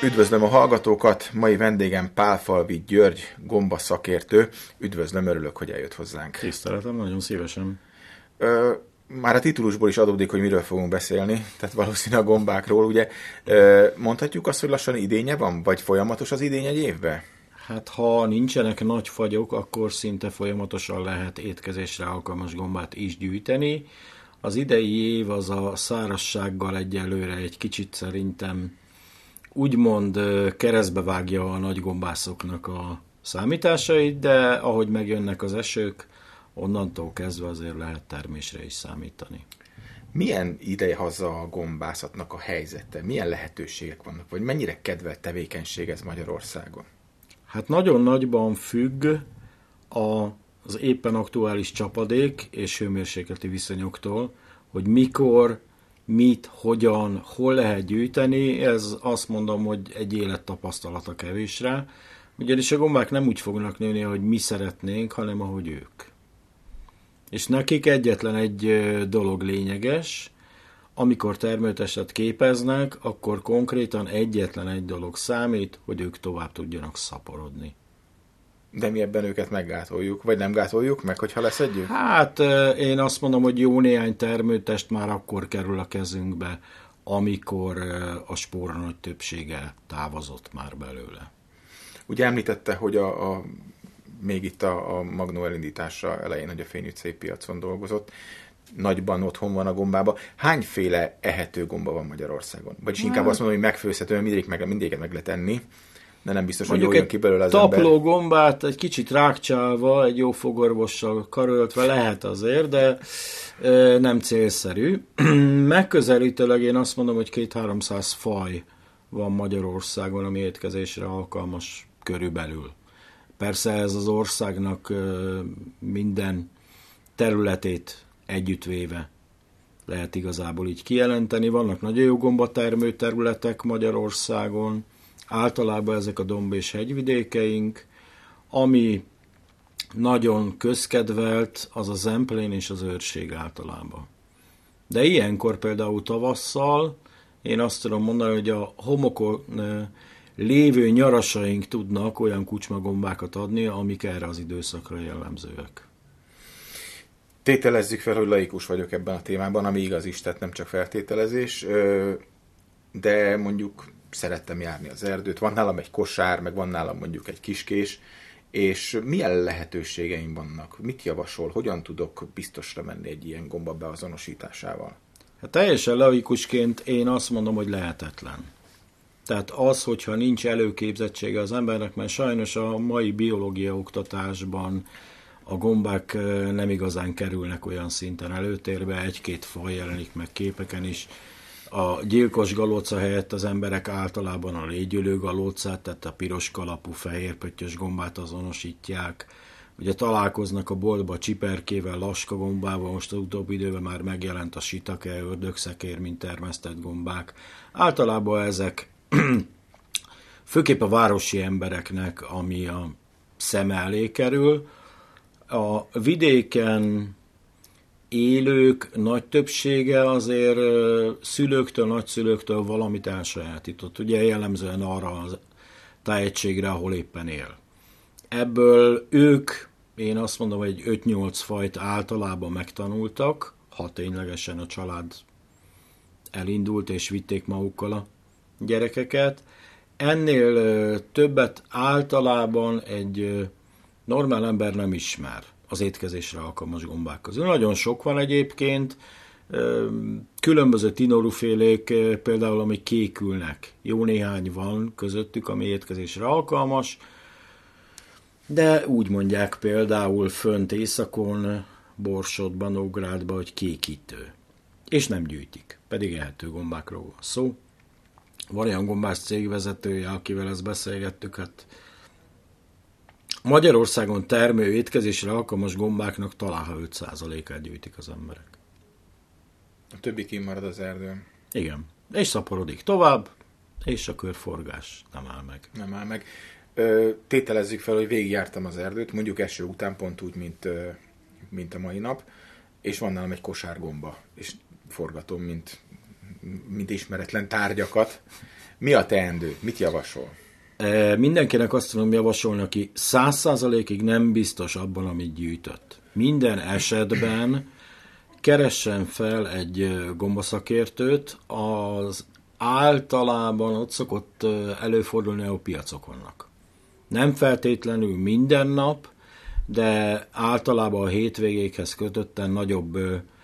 Üdvözlöm a hallgatókat, mai vendégem Pálfalvi György, gomba szakértő. Üdvözlöm, örülök, hogy eljött hozzánk. Tiszteletem, nagyon szívesen. Már a titulusból is adódik, hogy miről fogunk beszélni, tehát valószínűleg a gombákról, ugye. Mondhatjuk azt, hogy lassan idénye van, vagy folyamatos az idény egy évben? Hát ha nincsenek nagy fagyok, akkor szinte folyamatosan lehet étkezésre alkalmas gombát is gyűjteni. Az idei év az a szárazsággal egyelőre egy kicsit szerintem úgymond keresztbe vágja a nagy gombászoknak a számításait, de ahogy megjönnek az esők, onnantól kezdve azért lehet termésre is számítani. Milyen idejhaza a gombászatnak a helyzete? Milyen lehetőségek vannak? Vagy mennyire kedvelt tevékenység ez Magyarországon? Hát nagyon nagyban függ az éppen aktuális csapadék és hőmérsékleti viszonyoktól, hogy mikor, mit, hogyan, hol lehet gyűjteni, ez azt mondom, hogy egy élettapasztalata kevésre, ugyanis a gombák nem úgy fognak nőni, hogy mi szeretnénk, hanem ahogy ők. És nekik egyetlen egy dolog lényeges, amikor termőtestet képeznek, akkor konkrétan egyetlen egy dolog számít, hogy ők tovább tudjanak szaporodni. De mi ebben őket meggátoljuk, vagy nem gátoljuk meg, hogyha leszedjük? Hát én azt mondom, hogy jó néhány termőtest már akkor kerül a kezünkbe, amikor a spóra nagy többsége távozott már belőle. Ugye említette, hogy még itt a Magnó elindítása elején, hogy a fényutcai piacon dolgozott, nagyban otthon van a gombába. Hányféle ehető gomba van Magyarországon? Vagyis inkább azt mondom, hogy megfőzhető, mindegyiket meg lehet enni, de nem biztos, hogy jól jön ki belőle az ember. Tapló gombát egy kicsit rákcsálva, egy jó fogorvossal karöltve lehet azért, de nem célszerű. Megközelítőleg én azt mondom, hogy 200-300 faj van Magyarországon, ami étkezésre alkalmas körülbelül. Persze ez az országnak minden területét együttvéve lehet igazából így kijelenteni. Vannak nagyon jó gombatermő területek Magyarországon, általában ezek a domb- és hegyvidékeink, ami nagyon közkedvelt, az a zemplén és az őrség általában. De ilyenkor például tavasszal én azt tudom mondani, hogy a homokon lévő nyarasaink tudnak olyan kucsmagombákat adni, amik erre az időszakra jellemzőek. Tételezzük fel, hogy laikus vagyok ebben a témában, ami igaz is, tehát nem csak feltételezés, de mondjuk szerettem járni az erdőt, van nálam egy kosár, meg van nálam mondjuk egy kiskés, és milyen lehetőségeim vannak? Mit javasol? Hogyan tudok biztosra menni egy ilyen gomba beazonosításával? Hát teljesen laikusként én azt mondom, hogy lehetetlen. Tehát az, hogyha nincs előképzettsége az embernek, mert sajnos a mai biológia oktatásban a gombák nem igazán kerülnek olyan szinten előtérbe, egy-két faj jelenik meg képeken is. A gyilkos galóca helyett az emberek általában a légyülő galócát, tehát a piros kalapú, fehér pöttyös gombát azonosítják. Ugye találkoznak a boltba csiperkével, laska gombával, most az utóbbi időben már megjelent a shiitake, ördögszekér, mint termesztett gombák. Általában ezek főképp a városi embereknek, ami a szeme elé kerül. A vidéken élők nagy többsége azért szülőktől, nagyszülőktől valamit elsajátított. Ugye jellemzően arra a tájegységre, ahol éppen él. Ebből ők, én azt mondom, hogy 5-8 fajt általában megtanultak, ha ténylegesen a család elindult és vitték magukkal a gyerekeket. Ennél többet általában egy normál ember nem ismer az étkezésre alkalmas gombák közül. Nagyon sok van egyébként, különböző tinorufélék például, amik kékülnek. Jó néhány van közöttük, ami étkezésre alkalmas, de úgy mondják például fönt északon, Borsodban, Nógrádban, hogy kékítő. És nem gyűjtik, pedig ehető gombákról van szó. Van olyan gombás cégvezetője, akivel ezt beszélgettük, hát Magyarországon termő étkezésre alkalmas gombáknak talán 5%-át gyűjtik az emberek. A többi kimarad az erdőn. Igen. És szaporodik tovább, és a körforgás nem áll meg. Nem áll meg. Tételezzük fel, hogy végigjártam az erdőt, mondjuk eső után, pont úgy, mint a mai nap, és van nálam egy kosár gomba, és forgatom, mint mint ismeretlen tárgyakat. Mi a teendő? Mit javasol? Mindenkinek azt tudom javasolni, aki 100%-ig nem biztos abban, amit gyűjtött. Minden esetben keressen fel egy gombaszakértőt, az általában ott szokott előfordulni, ahol piacok vannak. Nem feltétlenül minden nap, de általában a hétvégékhez kötötten nagyobb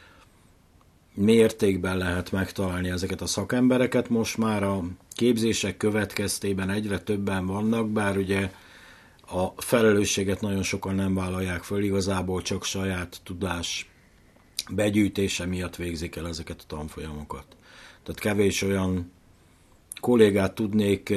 mértékben lehet megtalálni ezeket a szakembereket. Most már a képzések következtében egyre többen vannak, bár ugye a felelősséget nagyon sokan nem vállalják föl, igazából csak saját tudás begyűjtése miatt végzik el ezeket a tanfolyamokat. Tehát kevés olyan kollégát tudnék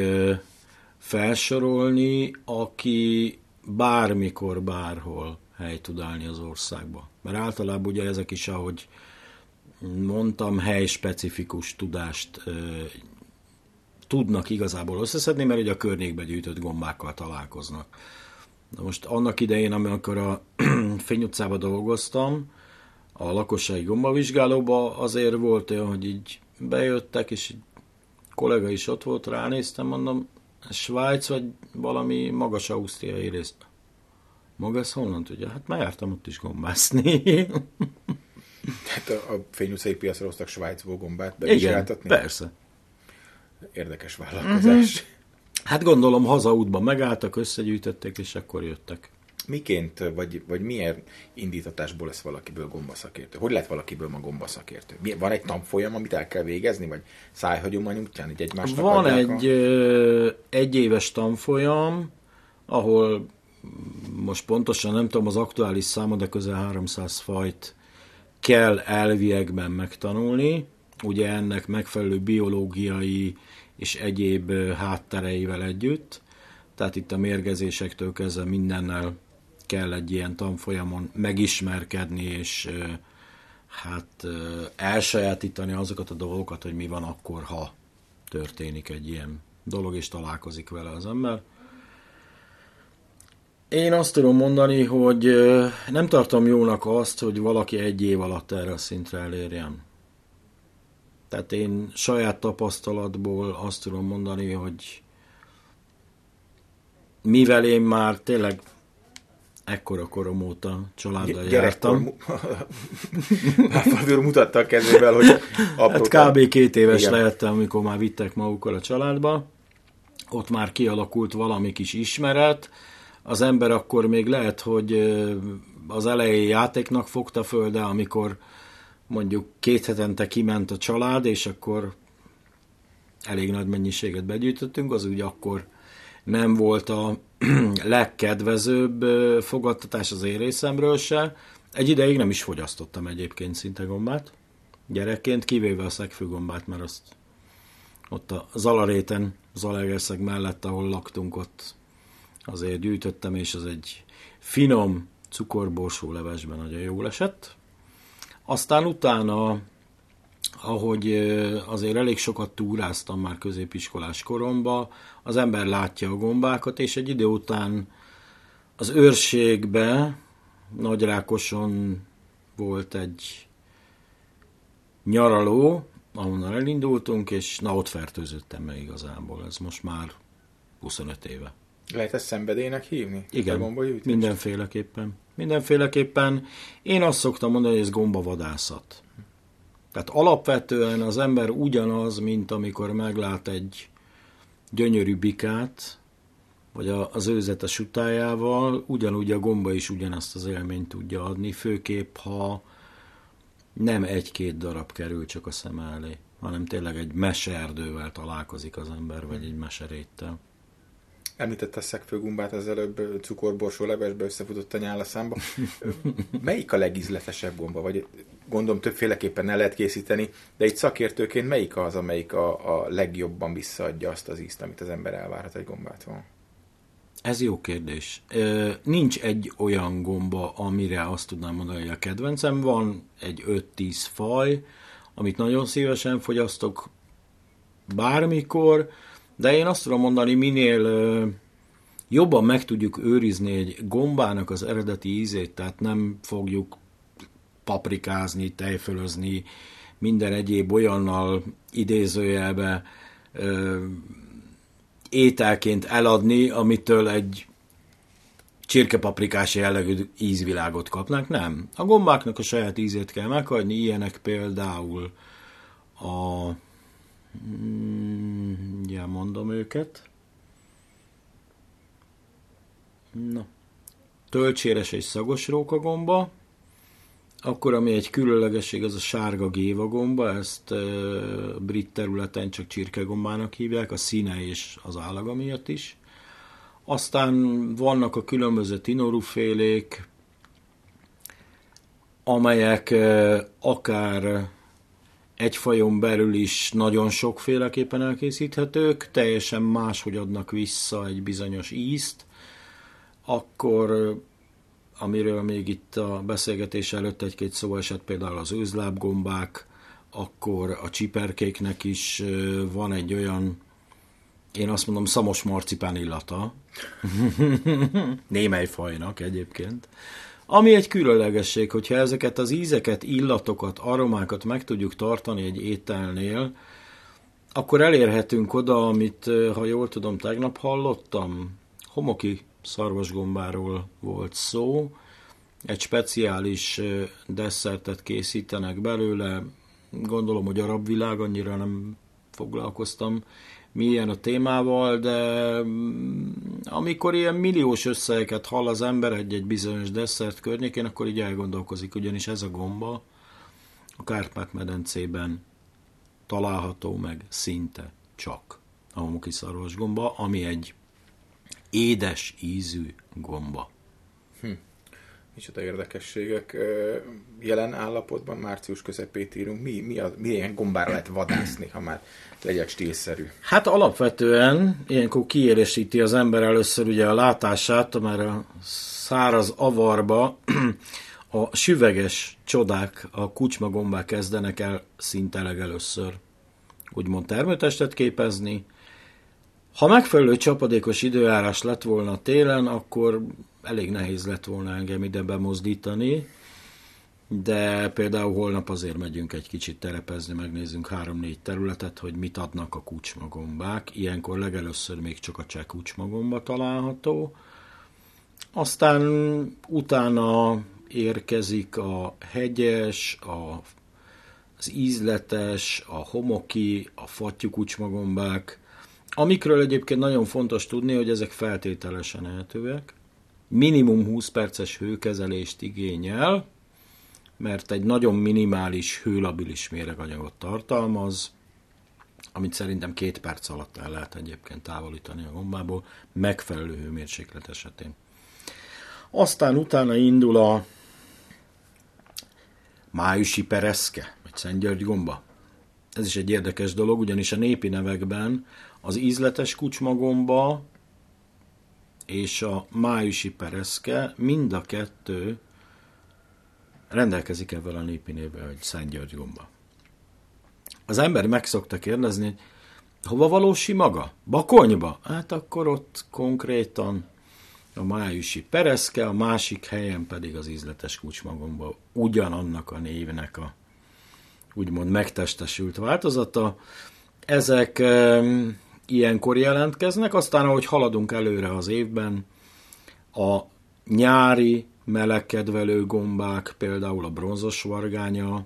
felsorolni, aki bármikor, bárhol hely tud állni az országba. Mert általában ugye ezek is, ahogy mondtam, helyspecifikus tudást tudnak igazából összeszedni, mert ugye a környékbe gyűjtött gombákkal találkoznak. Na most annak idején, amikor a Fény utcában dolgoztam, a lakossági gombavizsgálóba azért volt olyan, hogy így bejöttek, és egy kollega is ott volt, ránéztem, mondom, Svájc vagy valami magas ausztriai rész. Maga ez honnan tudja? Hát már jártam ott is gombászni. Tehát a Fény utcai piacra hoztak Svájcból gombát bevizsgáltatni? Igen, persze. Érdekes vállalkozás. Hát gondolom hazaútban megálltak, összegyűjtötték, és akkor jöttek. Miként, vagy milyen indítatásból lesz valakiből gombaszakértő? Hogy lett valakiből ma gombaszakértő? Van egy tanfolyam, amit el kell végezni, vagy szájhagyomány útján, így egymásnak van adják egy éves tanfolyam, ahol most pontosan nem tudom az aktuális számot, de közel 300 fajt kell elviekben megtanulni. Ugye ennek megfelelő biológiai és egyéb háttereivel együtt. Tehát itt a mérgezésektől kezdve mindennel kell egy ilyen tanfolyamon megismerkedni, és elsajátítani azokat a dolgokat, hogy mi van akkor, ha történik egy ilyen dolog, és találkozik vele az ember. Én azt tudom mondani, hogy nem tartom jónak azt, hogy valaki egy év alatt erre a szintre elérjen. Tehát én saját tapasztalatból azt tudom mondani, hogy mivel én már tényleg ekkora korom óta családdal jártam. Pálfalvi úr mutatta a kezével, hogy hát kb. 2 éves lehettem, amikor már vittek magukkal a családba. Ott már kialakult valami kis ismeret. Az ember akkor még lehet, hogy az elején játéknak fogta föl, de amikor mondjuk 2 hetente kiment a család, és akkor elég nagy mennyiséget begyűjtöttünk, az úgy akkor nem volt a legkedvezőbb fogadtatás az én részemről se. Egy ideig nem is fogyasztottam egyébként szinte gombát. Gyerekként, kivéve a szegfűgombát, mert azt ott a Zalaréten, Zalaegerszeg mellett, ahol laktunk, ott azért gyűjtöttem, és az egy finom cukorborsó levesben nagyon jól esett. Aztán utána, ahogy azért elég sokat túráztam már középiskolás koromban, az ember látja a gombákat, és egy idő után az őrségbe, Nagyrákoson volt egy nyaraló, ahonnan elindultunk, és ott fertőzöttem meg igazából. Ez most már 25 éve. Lehet ezt szenvedélynek hívni? Igen, mindenféleképpen. Én azt szoktam mondani, hogy ez gombavadászat. Tehát alapvetően az ember ugyanaz, mint amikor meglát egy gyönyörű bikát, vagy az őzet a sutájával, ugyanúgy a gomba is ugyanazt az élményt tudja adni, főképp, ha nem 1-2 darab kerül csak a szem elé, hanem tényleg egy meseerdővel találkozik az ember, vagy egy meseréttel. Említette a szegfőgombát, az előbb cukorborsó levesbe összefutott a nyála számba. Melyik a legízletesebb gomba? Vagy gondolom többféleképpen el lehet készíteni, de itt szakértőként melyik az, amelyik a legjobban visszaadja azt az ízt, amit az ember elvárhat egy gombától? Ez jó kérdés. Nincs egy olyan gomba, amire azt tudnám mondani, hogy a kedvencem. Van egy 5-10 faj, amit nagyon szívesen fogyasztok bármikor, de én azt tudom mondani, minél jobban meg tudjuk őrizni egy gombának az eredeti ízét, tehát nem fogjuk paprikázni, tejfölözni, minden egyéb olyannal idézőjelbe ételként eladni, amitől egy csirkepaprikás jellegű ízvilágot kapnak. Nem. A gombáknak a saját ízét kell meghagyni, ilyenek például mondom őket. Na. Tölcséres és szagos rókagomba, akkor ami egy különlegesség, az a sárga gévagomba, ezt brit területen csak csirkegombának hívják, a színe és az állaga miatt is. Aztán vannak a különböző tinorufélék, amelyek akár egy fajon belül is nagyon sokféleképpen elkészíthetők, teljesen máshogy adnak vissza egy bizonyos ízt. Akkor, amiről még itt a beszélgetés előtt egy-két szó esett, például az őzlábgombák, akkor a csiperkéknek is van egy olyan, én azt mondom, szamos marcipán illata, némely fajnak egyébként, ami egy különlegesség, hogyha ezeket az ízeket, illatokat, aromákat meg tudjuk tartani egy ételnél, akkor elérhetünk oda, amit, ha jól tudom, tegnap hallottam, homoki szarvasgombáról volt szó, egy speciális desszertet készítenek belőle, gondolom, hogy arab világ, annyira nem foglalkoztam milyen a témával, de amikor ilyen milliós összegeket hall az ember egy bizonyos desszert környékén, akkor így elgondolkozik, ugyanis ez a gomba a Kárpát-medencében található meg szinte csak a homoki szarvasgomba, ami egy édes ízű gomba. Micsoda érdekességek. Jelen állapotban március közepét írunk. Milyen gombára lehet vadászni, ha már legyek stílszerű? Hát alapvetően ilyenkor kiélesíti az ember először ugye a látását, mert a száraz avarba a süveges csodák, a kucsmagombák kezdenek el szinte legelőször úgymond termőtestet képezni. Ha megfelelő csapadékos időjárás lett volna télen, akkor elég nehéz lett volna engem ide bemozdítani, de például holnap azért megyünk egy kicsit terepezni, megnézzünk 3-4 területet, hogy mit adnak a kucsmagombák. Ilyenkor legelőször még csak a cseh kucsmagomba található. Aztán utána érkezik a hegyes, az ízletes, a homoki, a fattyú kucsmagombák, amikről egyébként nagyon fontos tudni, hogy ezek feltételesen ehetőek. Minimum 20 perces hőkezelést igényel, mert egy nagyon minimális hőlabilis méreganyagot tartalmaz, amit szerintem 2 perc alatt el lehet egyébként távolítani a gombából, megfelelő hőmérséklet esetén. Aztán utána indul a májusi pereszke, vagy Szentgyörgy gomba. Ez is egy érdekes dolog, ugyanis a népi nevekben az ízletes kucsmagomba és a májusi pereszke mind a kettő rendelkezik ebben a népi névvel, hogy Szentgyörgy gomba. Az ember meg szokta kérdezni, hogy hova valósi maga? Bakonyba? Hát akkor ott konkrétan a májusi pereszke, a másik helyen pedig az ízletes kucsmagomba ugyanannak a névnek a úgymond megtestesült változata. Ezek ilyenkor jelentkeznek, aztán ahogy haladunk előre az évben, a nyári melegkedvelő gombák, például a bronzos vargánya,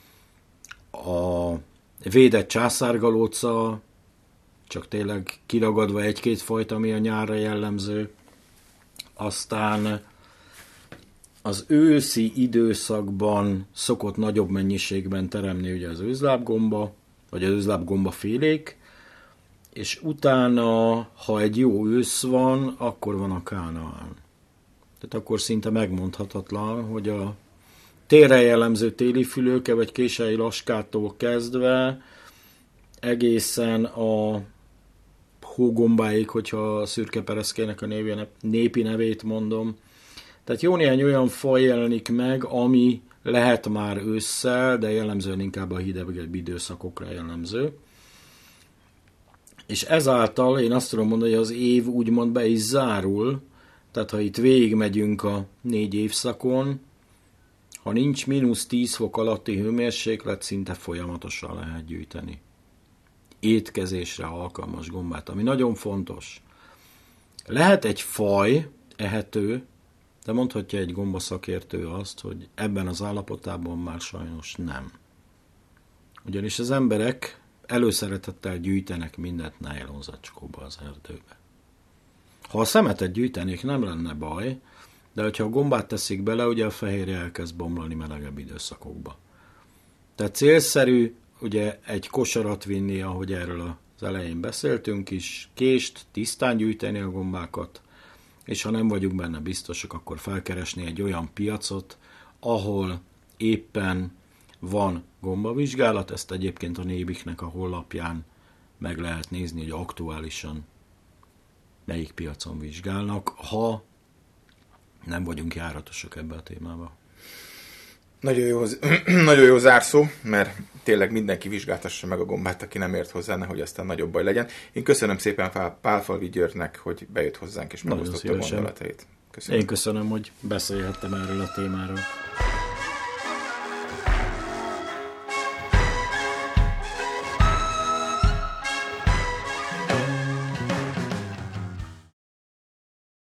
a védett császárgalóca, csak tényleg kiragadva egy-két fajta, ami a nyárra jellemző. Aztán az őszi időszakban szokott nagyobb mennyiségben teremni ugye az őzlábgomba, vagy az őzlábgomba félék, és utána, ha egy jó ősz van, akkor van a kánaán. Tehát akkor szinte megmondhatatlan, hogy a térre jellemző téli fülőke, vagy kései laskától kezdve egészen a hógombáig, hogyha a szürke pereszkének a népi nevét mondom. Tehát jó néhány olyan faj jelenik meg, ami lehet már ősszel, de jellemzően inkább a hidegebb időszakokra jellemző. És ezáltal én azt tudom mondani, hogy az év úgymond be is zárul, tehát ha itt végigmegyünk a 4 évszakon, Ha nincs -10 fok alatti hőmérséklet, szinte folyamatosan lehet gyűjteni. Étkezésre alkalmas gombát, ami nagyon fontos. Lehet egy faj ehető, de mondhatja egy gombaszakértő azt, hogy ebben az állapotában már sajnos nem. Ugyanis az emberek előszeretettel gyűjtenek mindent nájlonzacskóba az erdőbe. Ha a szemetet gyűjtenék, nem lenne baj, de hogyha a gombát teszik bele, ugye a fehérje elkezd bomlani melegebb időszakokba. Tehát célszerű ugye egy kosarat vinni, ahogy erről az elején beszéltünk is, kést, tisztán gyűjteni a gombákat, és ha nem vagyunk benne biztosak, akkor felkeresni egy olyan piacot, ahol éppen van gombavizsgálat, ezt egyébként a Nébiknek a honlapján meg lehet nézni, hogy aktuálisan melyik piacon vizsgálnak, ha nem vagyunk járatosak ebbe a témába. Nagyon jó zárszó, mert tényleg mindenki vizsgáltassa meg a gombát, aki nem ért hozzá, nehogy aztán nagyobb baj legyen. Én köszönöm szépen Pálfalvi Györgynek, hogy bejött hozzánk és megosztotta a gondolatait. Köszönöm. Én köszönöm, hogy beszélhettem erről a témáról.